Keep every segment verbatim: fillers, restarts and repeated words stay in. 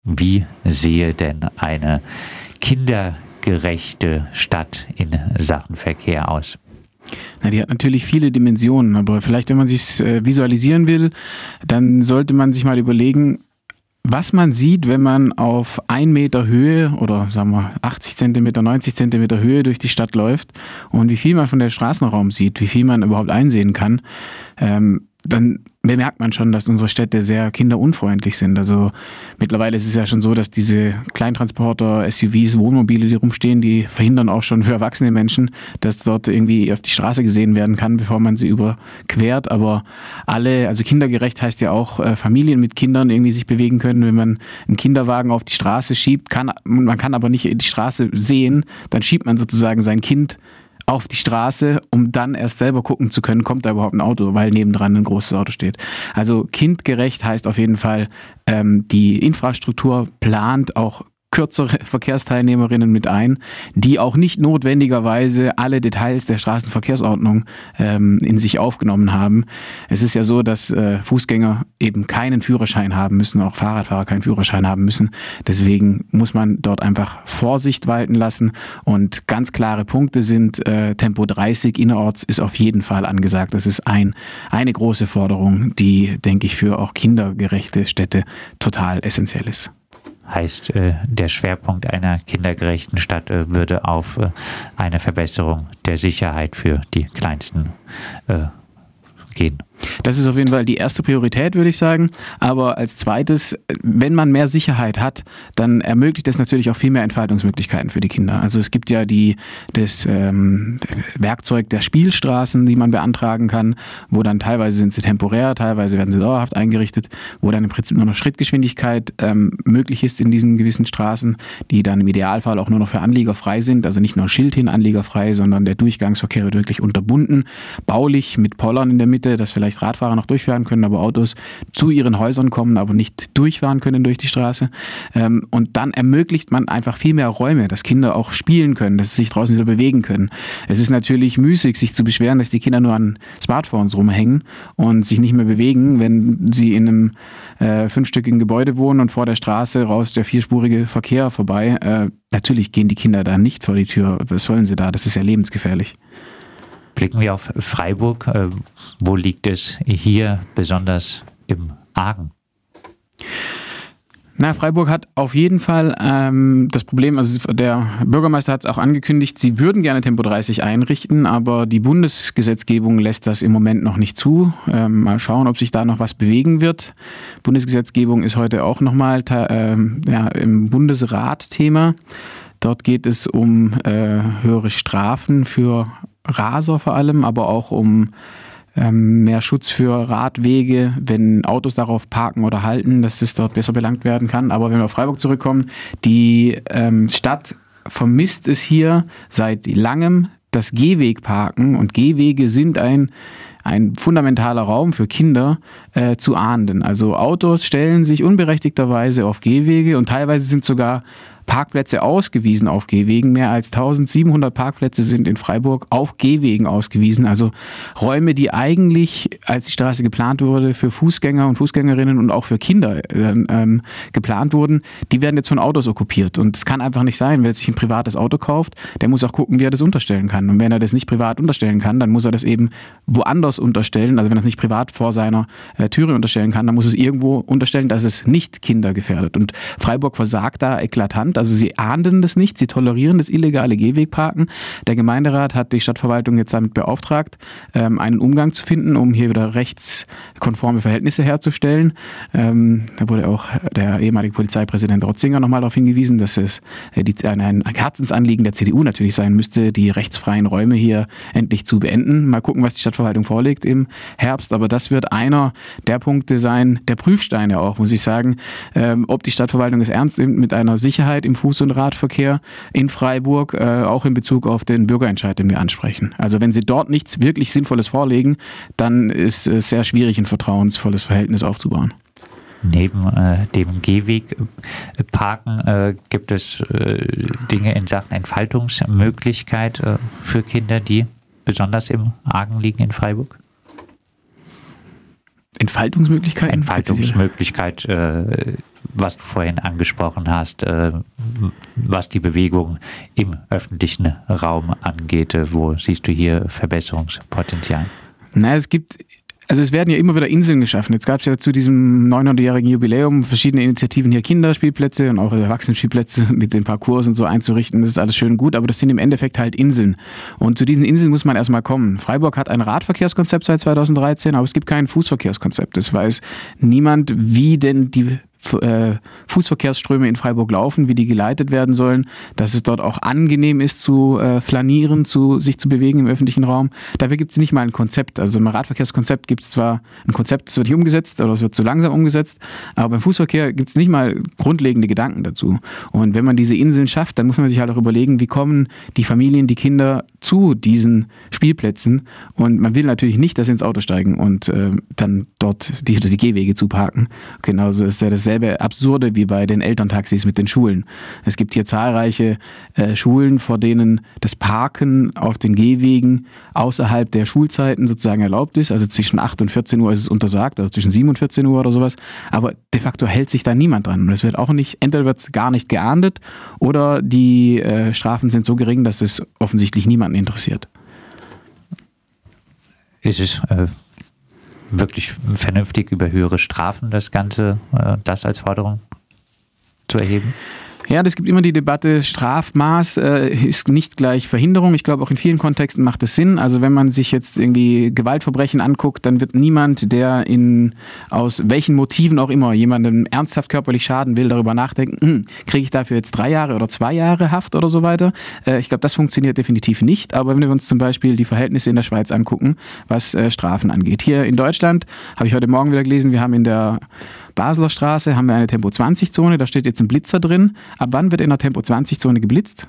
Wie sehe denn eine kindergerechte Stadt in Sachen Verkehr aus? Na, die hat natürlich viele Dimensionen, aber vielleicht, wenn man sich äh, visualisieren will, dann sollte man sich mal überlegen, was man sieht, wenn man auf ein Meter Höhe oder sagen wir achtzig Zentimeter, neunzig Zentimeter Höhe durch die Stadt läuft und wie viel man von der Straßenraum sieht, wie viel man überhaupt einsehen kann, ähm, dann bemerkt man schon, dass unsere Städte sehr kinderunfreundlich sind. Also mittlerweile ist es ja schon so, dass diese Kleintransporter, S U Vs, Wohnmobile, die rumstehen, die verhindern auch schon für erwachsene Menschen, dass dort irgendwie auf die Straße gesehen werden kann, bevor man sie überquert. Aber alle, also kindergerecht heißt ja auch, äh, Familien mit Kindern irgendwie sich bewegen können. Wenn man einen Kinderwagen auf die Straße schiebt, kann man kann aber nicht die Straße sehen, dann schiebt man sozusagen sein Kind auf die Straße, um dann erst selber gucken zu können, kommt da überhaupt ein Auto, weil nebendran ein großes Auto steht. Also kindgerecht heißt auf jeden Fall, ähm, die Infrastruktur plant auch kürzere Verkehrsteilnehmerinnen mit ein, die auch nicht notwendigerweise alle Details der Straßenverkehrsordnung ähm, in sich aufgenommen haben. Es ist ja so, dass äh, Fußgänger eben keinen Führerschein haben müssen, auch Fahrradfahrer keinen Führerschein haben müssen. Deswegen muss man dort einfach Vorsicht walten lassen und ganz klare Punkte sind, äh, Tempo dreißig innerorts ist auf jeden Fall angesagt. Das ist ein, eine große Forderung, die, denke ich, für auch kindergerechte Städte total essentiell ist. Heißt, der Schwerpunkt einer kindergerechten Stadt würde auf eine Verbesserung der Sicherheit für die Kleinsten gehen. Das ist auf jeden Fall die erste Priorität, würde ich sagen. Aber als zweites, wenn man mehr Sicherheit hat, dann ermöglicht das natürlich auch viel mehr Entfaltungsmöglichkeiten für die Kinder. Also es gibt ja die, das ähm, Werkzeug der Spielstraßen, die man beantragen kann, wo dann teilweise sind sie temporär, teilweise werden sie dauerhaft eingerichtet, wo dann im Prinzip nur noch Schrittgeschwindigkeit ähm, möglich ist in diesen gewissen Straßen, die dann im Idealfall auch nur noch für Anlieger frei sind. Also nicht nur Schild hin Anlieger frei, sondern der Durchgangsverkehr wird wirklich unterbunden, baulich mit Pollern in der Mitte, dass vielleicht Radfahrer noch durchfahren können, aber Autos zu ihren Häusern kommen, aber nicht durchfahren können durch die Straße. Und dann ermöglicht man einfach viel mehr Räume, dass Kinder auch spielen können, dass sie sich draußen wieder bewegen können. Es ist natürlich müßig, sich zu beschweren, dass die Kinder nur an Smartphones rumhängen und sich nicht mehr bewegen, wenn sie in einem äh, fünfstöckigen Gebäude wohnen und vor der Straße raus der vierspurige Verkehr vorbei. Äh, natürlich gehen die Kinder da nicht vor die Tür. Was sollen sie da? Das ist ja lebensgefährlich. Blicken wir auf Freiburg. Wo liegt es hier besonders im Argen? Na, Freiburg hat auf jeden Fall ähm, das Problem, also der Bürgermeister hat es auch angekündigt, sie würden gerne Tempo dreißig einrichten, aber die Bundesgesetzgebung lässt das im Moment noch nicht zu. Ähm, mal schauen, ob sich da noch was bewegen wird. Bundesgesetzgebung ist heute auch nochmal ähm, ja, im Bundesrat Thema. Dort geht es um äh, höhere Strafen für Raser vor allem, aber auch um ähm, mehr Schutz für Radwege, wenn Autos darauf parken oder halten, dass es dort besser belangt werden kann. Aber wenn wir auf Freiburg zurückkommen, die ähm, Stadt vermisst es hier seit langem, das Gehwegparken, und Gehwege sind ein ein fundamentaler Raum für Kinder äh, zu ahnden. Also Autos stellen sich unberechtigterweise auf Gehwege und teilweise sind sogar Parkplätze ausgewiesen auf Gehwegen. Mehr als eintausendsiebenhundert Parkplätze sind in Freiburg auf Gehwegen ausgewiesen. Also Räume, die eigentlich, als die Straße geplant wurde, für Fußgänger und Fußgängerinnen und auch für Kinder ähm, geplant wurden, die werden jetzt von Autos okkupiert. Und es kann einfach nicht sein, wer sich ein privates Auto kauft, der muss auch gucken, wie er das unterstellen kann. Und wenn er das nicht privat unterstellen kann, dann muss er das eben woanders unterstellen. Also wenn er es nicht privat vor seiner äh, Türe unterstellen kann, dann muss es irgendwo unterstellen, dass es nicht Kinder gefährdet. Und Freiburg versagt da eklatant. Also sie ahnden das nicht, sie tolerieren das illegale Gehwegparken. Der Gemeinderat hat die Stadtverwaltung jetzt damit beauftragt, ähm, einen Umgang zu finden, um hier wieder rechtskonforme Verhältnisse herzustellen. Ähm, da wurde auch der ehemalige Polizeipräsident Rotzinger nochmal darauf hingewiesen, dass es äh, die, ein Herzensanliegen der C D U natürlich sein müsste, die rechtsfreien Räume hier endlich zu beenden. Mal gucken, was die Stadtverwaltung vorlegt im Herbst, aber das wird einer der Punkte sein, der Prüfsteine auch, muss ich sagen, ähm, ob die Stadtverwaltung es ernst nimmt mit einer Sicherheit im Fuß- und Radverkehr in Freiburg, äh, auch in Bezug auf den Bürgerentscheid, den wir ansprechen. Also wenn sie dort nichts wirklich Sinnvolles vorlegen, dann ist es sehr schwierig, ein vertrauensvolles Verhältnis aufzubauen. Neben äh, dem Gehwegparken äh, gibt es äh, Dinge in Sachen Entfaltungsmöglichkeit äh, für Kinder, die besonders im Argen liegen in Freiburg? Entfaltungsmöglichkeiten? Entfaltungsmöglichkeit, äh, was du vorhin angesprochen hast, äh, was die Bewegung im öffentlichen Raum angeht. Äh, wo siehst du hier Verbesserungspotenzial? Na, es gibt... Also es werden ja immer wieder Inseln geschaffen. Jetzt gab es ja zu diesem neunhundertjährigen Jubiläum verschiedene Initiativen, hier Kinderspielplätze und auch Erwachsenenspielplätze mit den Parcours und so einzurichten. Das ist alles schön gut, aber das sind im Endeffekt halt Inseln. Und zu diesen Inseln muss man erstmal kommen. Freiburg hat ein Radverkehrskonzept seit zweitausenddreizehn, aber es gibt kein Fußverkehrskonzept. Das weiß niemand, wie denn die Fußverkehrsströme in Freiburg laufen, wie die geleitet werden sollen, dass es dort auch angenehm ist zu äh, flanieren, zu sich zu bewegen im öffentlichen Raum. Dafür gibt es nicht mal ein Konzept. Also im Radverkehrskonzept gibt es zwar ein Konzept, das wird nicht umgesetzt oder es wird zu langsam umgesetzt, aber beim Fußverkehr gibt es nicht mal grundlegende Gedanken dazu. Und wenn man diese Inseln schafft, dann muss man sich halt auch überlegen, wie kommen die Familien, die Kinder zu diesen Spielplätzen, und man will natürlich nicht, dass sie ins Auto steigen und äh, dann dort die, die Gehwege zuparken. Genauso ist ja das dasselbe Absurde wie bei den Elterntaxis mit den Schulen. Es gibt hier zahlreiche äh, Schulen, vor denen das Parken auf den Gehwegen außerhalb der Schulzeiten sozusagen erlaubt ist. Also zwischen acht und vierzehn Uhr ist es untersagt, also zwischen sieben und vierzehn Uhr oder sowas. Aber de facto hält sich da niemand dran. Und es wird auch nicht, entweder wird es gar nicht geahndet oder die äh, Strafen sind so gering, dass es offensichtlich niemanden interessiert. Ist es äh wirklich vernünftig, über höhere Strafen das Ganze, äh, das als Forderung zu erheben? Ja, es gibt immer die Debatte, Strafmaß äh, ist nicht gleich Verhinderung. Ich glaube, auch in vielen Kontexten macht es Sinn. Also wenn man sich jetzt irgendwie Gewaltverbrechen anguckt, dann wird niemand, der in aus welchen Motiven auch immer jemandem ernsthaft körperlich schaden will, darüber nachdenken, hm, kriege ich dafür jetzt drei Jahre oder zwei Jahre Haft oder so weiter. Äh, ich glaube, das funktioniert definitiv nicht. Aber wenn wir uns zum Beispiel die Verhältnisse in der Schweiz angucken, was äh, Strafen angeht. Hier in Deutschland, habe ich heute Morgen wieder gelesen, wir haben in der Basler Straße haben wir eine Tempo zwanzig Zone, da steht jetzt ein Blitzer drin. Ab wann wird in der Tempo zwanzig Zone geblitzt?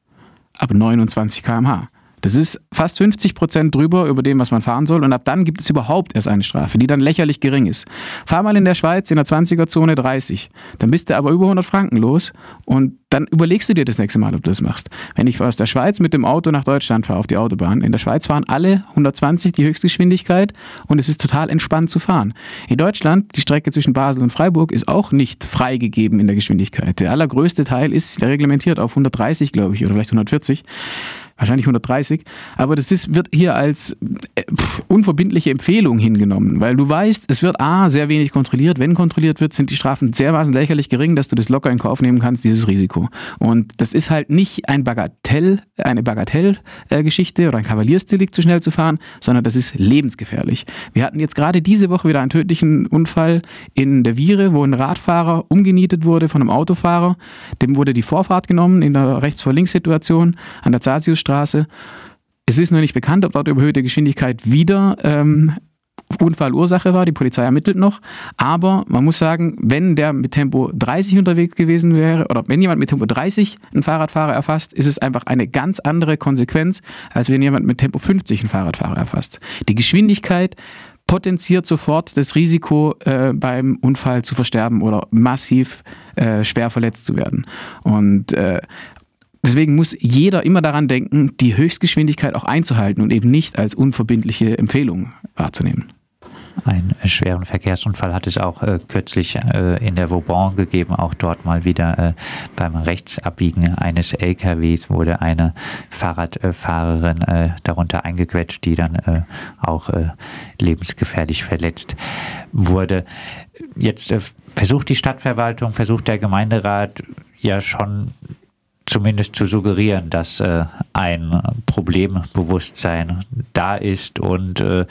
Ab neunundzwanzig Kilometer pro Stunde. Das ist fast fünfzig Prozent drüber über dem, was man fahren soll. Und ab dann gibt es überhaupt erst eine Strafe, die dann lächerlich gering ist. Fahr mal in der Schweiz in der zwanziger Zone dreißig. Dann bist du aber über hundert Franken los. Und dann überlegst du dir das nächste Mal, ob du das machst. Wenn ich aus der Schweiz mit dem Auto nach Deutschland fahre, auf die Autobahn. In der Schweiz fahren alle hundertzwanzig die Höchstgeschwindigkeit und es ist total entspannt zu fahren. In Deutschland, die Strecke zwischen Basel und Freiburg ist auch nicht freigegeben in der Geschwindigkeit. Der allergrößte Teil ist reglementiert auf hundertdreißig, glaube ich, oder vielleicht hundertvierzig. Wahrscheinlich hundertdreißig, aber das ist, wird hier als äh, pff, unverbindliche Empfehlung hingenommen, weil du weißt, es wird a, sehr wenig kontrolliert. Wenn kontrolliert wird, sind die Strafen dermaßen lächerlich gering, dass du das locker in Kauf nehmen kannst, dieses Risiko. Und das ist halt nicht ein Bagatell, eine Bagatellgeschichte äh, oder ein Kavaliersdelikt, zu schnell zu fahren, sondern das ist lebensgefährlich. Wir hatten jetzt gerade diese Woche wieder einen tödlichen Unfall in der Viere, wo ein Radfahrer umgenietet wurde von einem Autofahrer. Dem wurde die Vorfahrt genommen in der Rechts-vor-Links-Situation an der Zasius Straße. Es ist noch nicht bekannt, ob dort überhöhte Geschwindigkeit wieder ähm, Unfallursache war. Die Polizei ermittelt noch. Aber man muss sagen, wenn der mit Tempo dreißig unterwegs gewesen wäre oder wenn jemand mit Tempo dreißig einen Fahrradfahrer erfasst, ist es einfach eine ganz andere Konsequenz, als wenn jemand mit Tempo fünfzig einen Fahrradfahrer erfasst. Die Geschwindigkeit potenziert sofort das Risiko, äh, beim Unfall zu versterben oder massiv äh, schwer verletzt zu werden. Und äh, deswegen muss jeder immer daran denken, die Höchstgeschwindigkeit auch einzuhalten und eben nicht als unverbindliche Empfehlung wahrzunehmen. Einen schweren Verkehrsunfall hat es auch äh, kürzlich äh, in der Vauban gegeben, auch dort mal wieder äh, beim Rechtsabbiegen eines L K Ws wurde eine Fahrradfahrerin äh, darunter eingequetscht, die dann äh, auch äh, lebensgefährlich verletzt wurde. Jetzt äh, versucht die Stadtverwaltung, versucht der Gemeinderat ja schon zumindest zu suggerieren, dass äh, ein Problembewusstsein da ist und äh,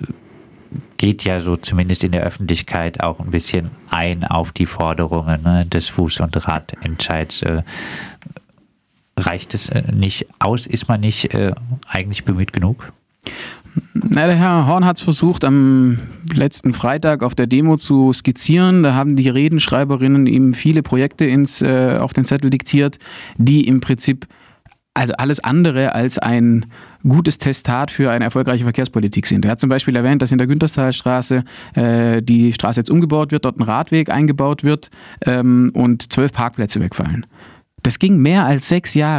geht ja so zumindest in der Öffentlichkeit auch ein bisschen ein auf die Forderungen, ne, des Fuß- und Radentscheids. Äh, reicht es äh, nicht aus? Ist man nicht äh, eigentlich bemüht genug? Na, der Herr Horn hat es versucht, am letzten Freitag auf der Demo zu skizzieren. Da haben die Redenschreiberinnen ihm viele Projekte ins, äh, auf den Zettel diktiert, die im Prinzip also alles andere als ein gutes Testat für eine erfolgreiche Verkehrspolitik sind. Er hat zum Beispiel erwähnt, dass in der Günterstalstraße äh, die Straße jetzt umgebaut wird, dort ein Radweg eingebaut wird ähm, und zwölf Parkplätze wegfallen. Das ging mehr als sechs Jahre.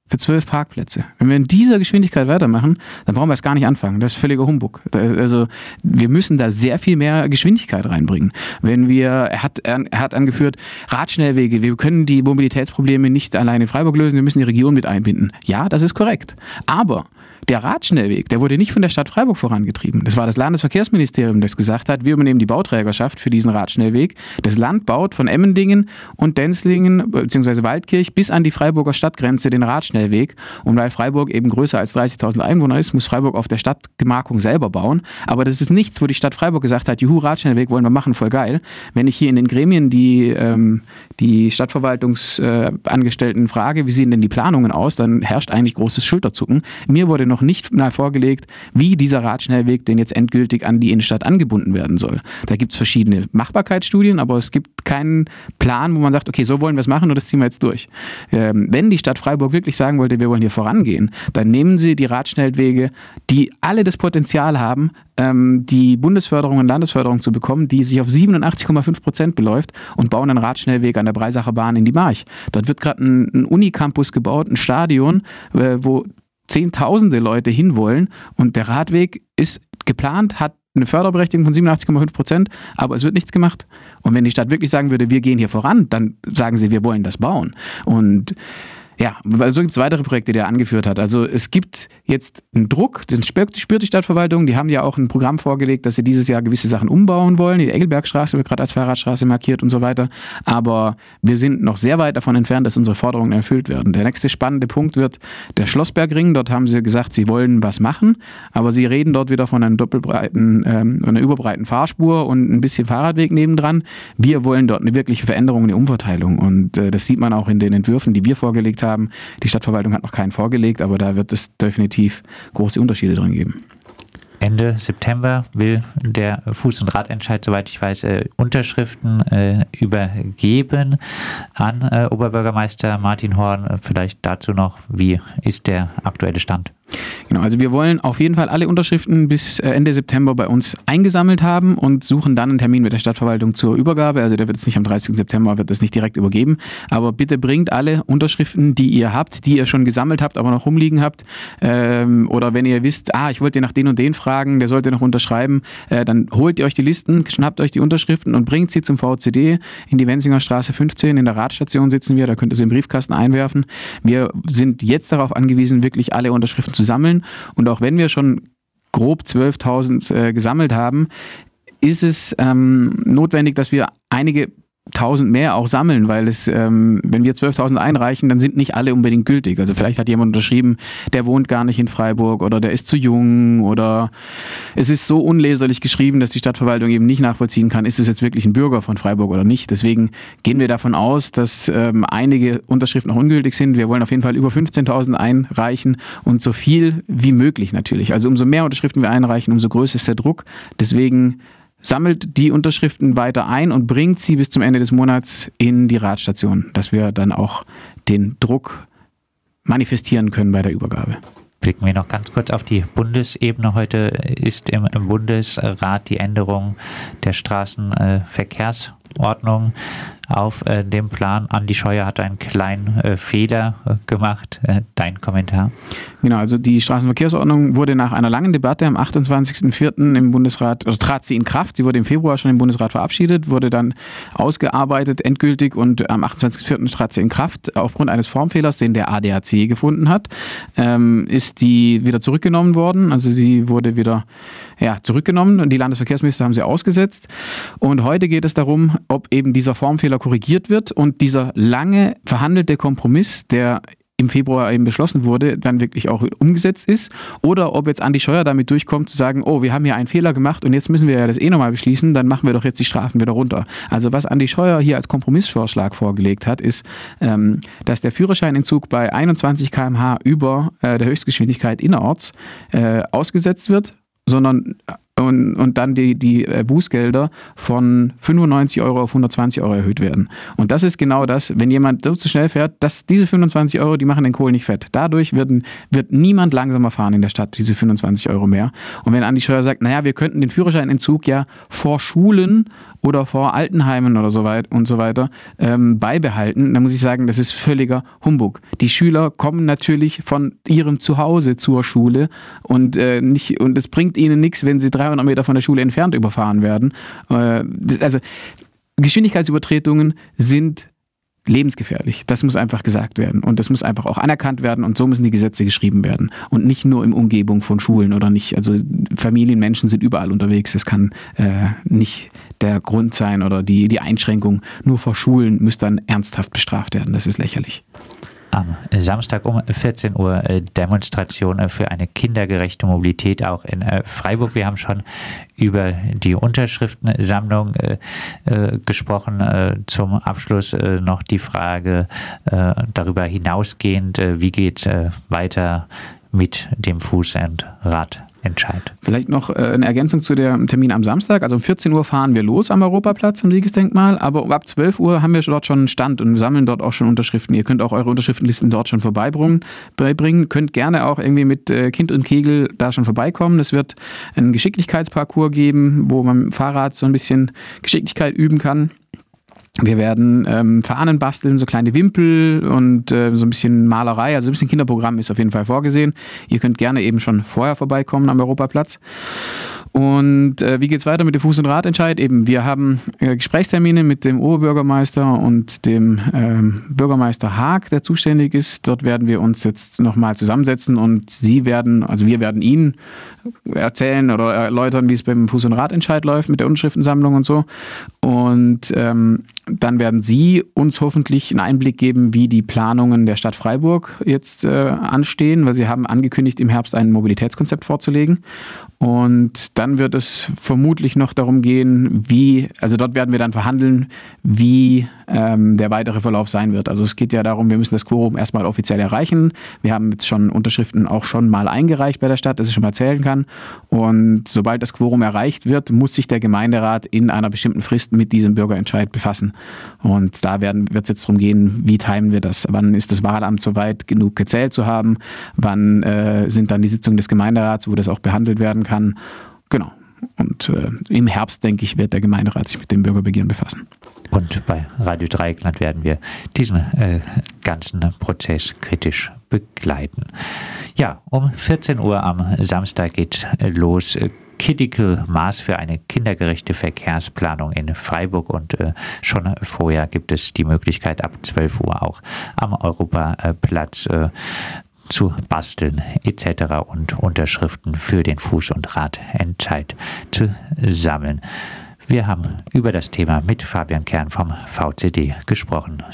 für zwölf Parkplätze. Wenn wir in dieser Geschwindigkeit weitermachen, dann brauchen wir es gar nicht anfangen. Das ist völliger Humbug. Also wir müssen da sehr viel mehr Geschwindigkeit reinbringen. Wenn wir, er hat, er hat angeführt, Radschnellwege, wir können die Mobilitätsprobleme nicht allein in Freiburg lösen, wir müssen die Region mit einbinden. Ja, das ist korrekt. Aber der Radschnellweg, der wurde nicht von der Stadt Freiburg vorangetrieben. Das war das Landesverkehrsministerium, das gesagt hat, wir übernehmen die Bauträgerschaft für diesen Radschnellweg. Das Land baut von Emmendingen und Denzlingen bzw. Waldkirch bis an die Freiburger Stadtgrenze den Radschnellweg. Und weil Freiburg eben größer als dreißigtausend Einwohner ist, muss Freiburg auf der Stadtgemarkung selber bauen. Aber das ist nichts, wo die Stadt Freiburg gesagt hat, juhu, Radschnellweg wollen wir machen, voll geil. Wenn ich hier in den Gremien die, ähm, die Stadtverwaltungsangestellten äh, frage, wie sehen denn die Planungen aus, dann herrscht eigentlich großes Schulterzucken. Mir wurde noch nicht mal vorgelegt, wie dieser Radschnellweg denn jetzt endgültig an die Innenstadt angebunden werden soll. Da gibt es verschiedene Machbarkeitsstudien, aber es gibt keinen Plan, wo man sagt, okay, so wollen wir es machen und das ziehen wir jetzt durch. Ähm, wenn die Stadt Freiburg wirklich sagen wollte, wir wollen hier vorangehen, dann nehmen sie die Radschnellwege, die alle das Potenzial haben, ähm, die Bundesförderung und Landesförderung zu bekommen, die sich auf siebenundachtzig Komma fünf Prozent beläuft und bauen einen Radschnellweg an der Breisacher Bahn in die March. Dort wird gerade ein, ein Unicampus gebaut, ein Stadion, äh, wo Zehntausende Leute hinwollen und der Radweg ist geplant, hat eine Förderberechtigung von siebenundachtzig Komma fünf Prozent, aber es wird nichts gemacht. Und wenn die Stadt wirklich sagen würde, wir gehen hier voran, dann sagen sie, wir wollen das bauen. Und ja, so gibt es weitere Projekte, die er angeführt hat. Also es gibt jetzt einen Druck, den spürt die Stadtverwaltung, die haben ja auch ein Programm vorgelegt, dass sie dieses Jahr gewisse Sachen umbauen wollen. Die Engelbergstraße wird gerade als Fahrradstraße markiert und so weiter. Aber wir sind noch sehr weit davon entfernt, dass unsere Forderungen erfüllt werden. Der nächste spannende Punkt wird der Schlossbergring. Dort haben sie gesagt, sie wollen was machen, aber sie reden dort wieder von einem doppelbreiten, ähm, einer überbreiten Fahrspur und ein bisschen Fahrradweg nebendran. Wir wollen dort eine wirkliche Veränderung, eine Umverteilung. Und äh, das sieht man auch in den Entwürfen, die wir vorgelegt haben. haben. Die Stadtverwaltung hat noch keinen vorgelegt, aber da wird es definitiv große Unterschiede drin geben. Ende September will der Fuß- und Radentscheid, soweit ich weiß, äh, Unterschriften äh, übergeben an äh, Oberbürgermeister Martin Horn. Vielleicht dazu noch, wie ist der aktuelle Stand? Genau, also wir wollen auf jeden Fall alle Unterschriften bis Ende September bei uns eingesammelt haben und suchen dann einen Termin mit der Stadtverwaltung zur Übergabe. Also der wird es nicht am dreißigsten September, wird es nicht direkt übergeben. Aber bitte bringt alle Unterschriften, die ihr habt, die ihr schon gesammelt habt, aber noch rumliegen habt. Ähm, oder wenn ihr wisst, ah, ich wollte nach den und den fragen, der sollte noch unterschreiben, äh, dann holt ihr euch die Listen, schnappt euch die Unterschriften und bringt sie zum V C D in die Wenzinger Straße fünfzehn. In der Radstation sitzen wir, da könnt ihr sie im Briefkasten einwerfen. Wir sind jetzt darauf angewiesen, wirklich alle Unterschriften zu sammeln. Und auch wenn wir schon grob zwölftausend äh, gesammelt haben, ist es ähm, notwendig, dass wir einige tausend mehr auch sammeln, weil es, ähm, wenn wir zwölftausend einreichen, dann sind nicht alle unbedingt gültig. Also vielleicht hat jemand unterschrieben, der wohnt gar nicht in Freiburg oder der ist zu jung oder es ist so unleserlich geschrieben, dass die Stadtverwaltung eben nicht nachvollziehen kann, ist es jetzt wirklich ein Bürger von Freiburg oder nicht. Deswegen gehen wir davon aus, dass ähm, einige Unterschriften noch ungültig sind. Wir wollen auf jeden Fall über fünfzehntausend einreichen und so viel wie möglich natürlich. Also umso mehr Unterschriften wir einreichen, umso größer ist der Druck. Deswegen sammelt die Unterschriften weiter ein und bringt sie bis zum Ende des Monats in die Radstation, dass wir dann auch den Druck manifestieren können bei der Übergabe. Blicken wir noch ganz kurz auf die Bundesebene. Heute ist im Bundesrat die Änderung der Straßenverkehrsordnung auf äh, dem Plan. Andi Scheuer hat einen kleinen äh, Fehler äh, gemacht. Äh, dein Kommentar? Genau, also die Straßenverkehrsordnung wurde nach einer langen Debatte am achtundzwanzigsten vierten im Bundesrat, also trat sie in Kraft. Sie wurde im Februar schon im Bundesrat verabschiedet, wurde dann ausgearbeitet, endgültig, und am achtundzwanzigsten vierten trat sie in Kraft. Aufgrund eines Formfehlers, den der A D A C gefunden hat, ähm, ist die wieder zurückgenommen worden. Also sie wurde wieder ja, zurückgenommen und die Landesverkehrsminister haben sie ausgesetzt. Und heute geht es darum, ob eben dieser Formfehler korrigiert wird und dieser lange verhandelte Kompromiss, der im Februar eben beschlossen wurde, dann wirklich auch umgesetzt ist, oder ob jetzt Andi Scheuer damit durchkommt zu sagen, oh, wir haben hier einen Fehler gemacht und jetzt müssen wir ja das eh nochmal beschließen, dann machen wir doch jetzt die Strafen wieder runter. Also was Andi Scheuer hier als Kompromissvorschlag vorgelegt hat, ist, ähm, dass der Führerscheinentzug bei einundzwanzig Kilometer pro Stunde über äh, der Höchstgeschwindigkeit innerorts äh, ausgesetzt wird, sondern und, und dann die, die Bußgelder von fünfundneunzig Euro auf hundertzwanzig Euro erhöht werden. Und das ist genau das, wenn jemand so zu schnell fährt, dass diese fünfundzwanzig Euro, die machen den Kohl nicht fett. Dadurch werden, wird niemand langsamer fahren in der Stadt, diese fünfundzwanzig Euro mehr. Und wenn Andi Scheuer sagt, naja, wir könnten den Führerscheinentzug ja vor Schulen oder vor Altenheimen oder so weit und so weiter ähm, beibehalten, dann muss ich sagen, das ist völliger Humbug. Die Schüler kommen natürlich von ihrem Zuhause zur Schule und äh, nicht, und es bringt ihnen nichts, wenn sie dreihundert Meter von der Schule entfernt überfahren werden. Äh, also Geschwindigkeitsübertretungen sind lebensgefährlich. Das muss einfach gesagt werden und das muss einfach auch anerkannt werden und so müssen die Gesetze geschrieben werden und nicht nur in Umgebung von Schulen oder nicht. Also Familien, Menschen sind überall unterwegs. Das kann äh, nicht der Grund sein oder die, die Einschränkung nur vor Schulen müsste dann ernsthaft bestraft werden. Das ist lächerlich. Am Samstag um vierzehn Uhr Demonstration für eine kindergerechte Mobilität auch in Freiburg. Wir haben schon über die Unterschriftensammlung äh, äh, gesprochen. Äh, zum Abschluss äh, noch die Frage äh, darüber hinausgehend, äh, wie geht es äh, weiter mit dem Fuß- und Radentscheid. Vielleicht noch äh, eine Ergänzung zu dem Termin am Samstag. Also um vierzehn Uhr fahren wir los am Europaplatz, am Siegesdenkmal, aber ab zwölf Uhr haben wir dort schon einen Stand und sammeln dort auch schon Unterschriften. Ihr könnt auch eure Unterschriftenlisten dort schon vorbeibringen. Beibringen. Könnt gerne auch irgendwie mit äh, Kind und Kegel da schon vorbeikommen. Es wird einen Geschicklichkeitsparcours geben, wo man mit dem Fahrrad so ein bisschen Geschicklichkeit üben kann. Wir werden ähm, Fahnen basteln, so kleine Wimpel und äh, so ein bisschen Malerei, also ein bisschen Kinderprogramm ist auf jeden Fall vorgesehen. Ihr könnt gerne eben schon vorher vorbeikommen am Europaplatz. Und äh, wie geht's weiter mit dem Fuß- und Radentscheid? Eben, wir haben äh, Gesprächstermine mit dem Oberbürgermeister und dem ähm, Bürgermeister Haag, der zuständig ist. Dort werden wir uns jetzt nochmal zusammensetzen und Sie werden, also wir werden Ihnen erzählen oder erläutern, wie es beim Fuß- und Radentscheid läuft mit der Unterschriftensammlung und so. Und ähm, dann werden Sie uns hoffentlich einen Einblick geben, wie die Planungen der Stadt Freiburg jetzt äh, anstehen, weil Sie haben angekündigt, im Herbst ein Mobilitätskonzept vorzulegen. Und dann wird es vermutlich noch darum gehen, wie, also dort werden wir dann verhandeln, wie ähm, der weitere Verlauf sein wird. Also es geht ja darum, wir müssen das Quorum erstmal offiziell erreichen. Wir haben jetzt schon Unterschriften auch schon mal eingereicht bei der Stadt, dass ich schon mal zählen kann. Und sobald das Quorum erreicht wird, muss sich der Gemeinderat in einer bestimmten Frist mit diesem Bürgerentscheid befassen. Und da werden, wird es jetzt darum gehen, wie timen wir das? Wann ist das Wahlamt soweit genug gezählt zu haben? Wann äh, sind dann die Sitzungen des Gemeinderats, wo das auch behandelt werden kann? Genau. Und äh, im Herbst, denke ich, wird der Gemeinderat sich mit dem Bürgerbegehren befassen. Und bei Radio Dreieckland werden wir diesen äh, ganzen Prozess kritisch begleiten. Ja, um vierzehn Uhr am Samstag geht los. Critical Mass für eine kindergerechte Verkehrsplanung in Freiburg und äh, schon vorher gibt es die Möglichkeit, ab zwölf Uhr auch am Europaplatz äh, zu basteln et cetera und Unterschriften für den Fuß- und Radentscheid zu sammeln. Wir haben über das Thema mit Fabian Kern vom V C D gesprochen.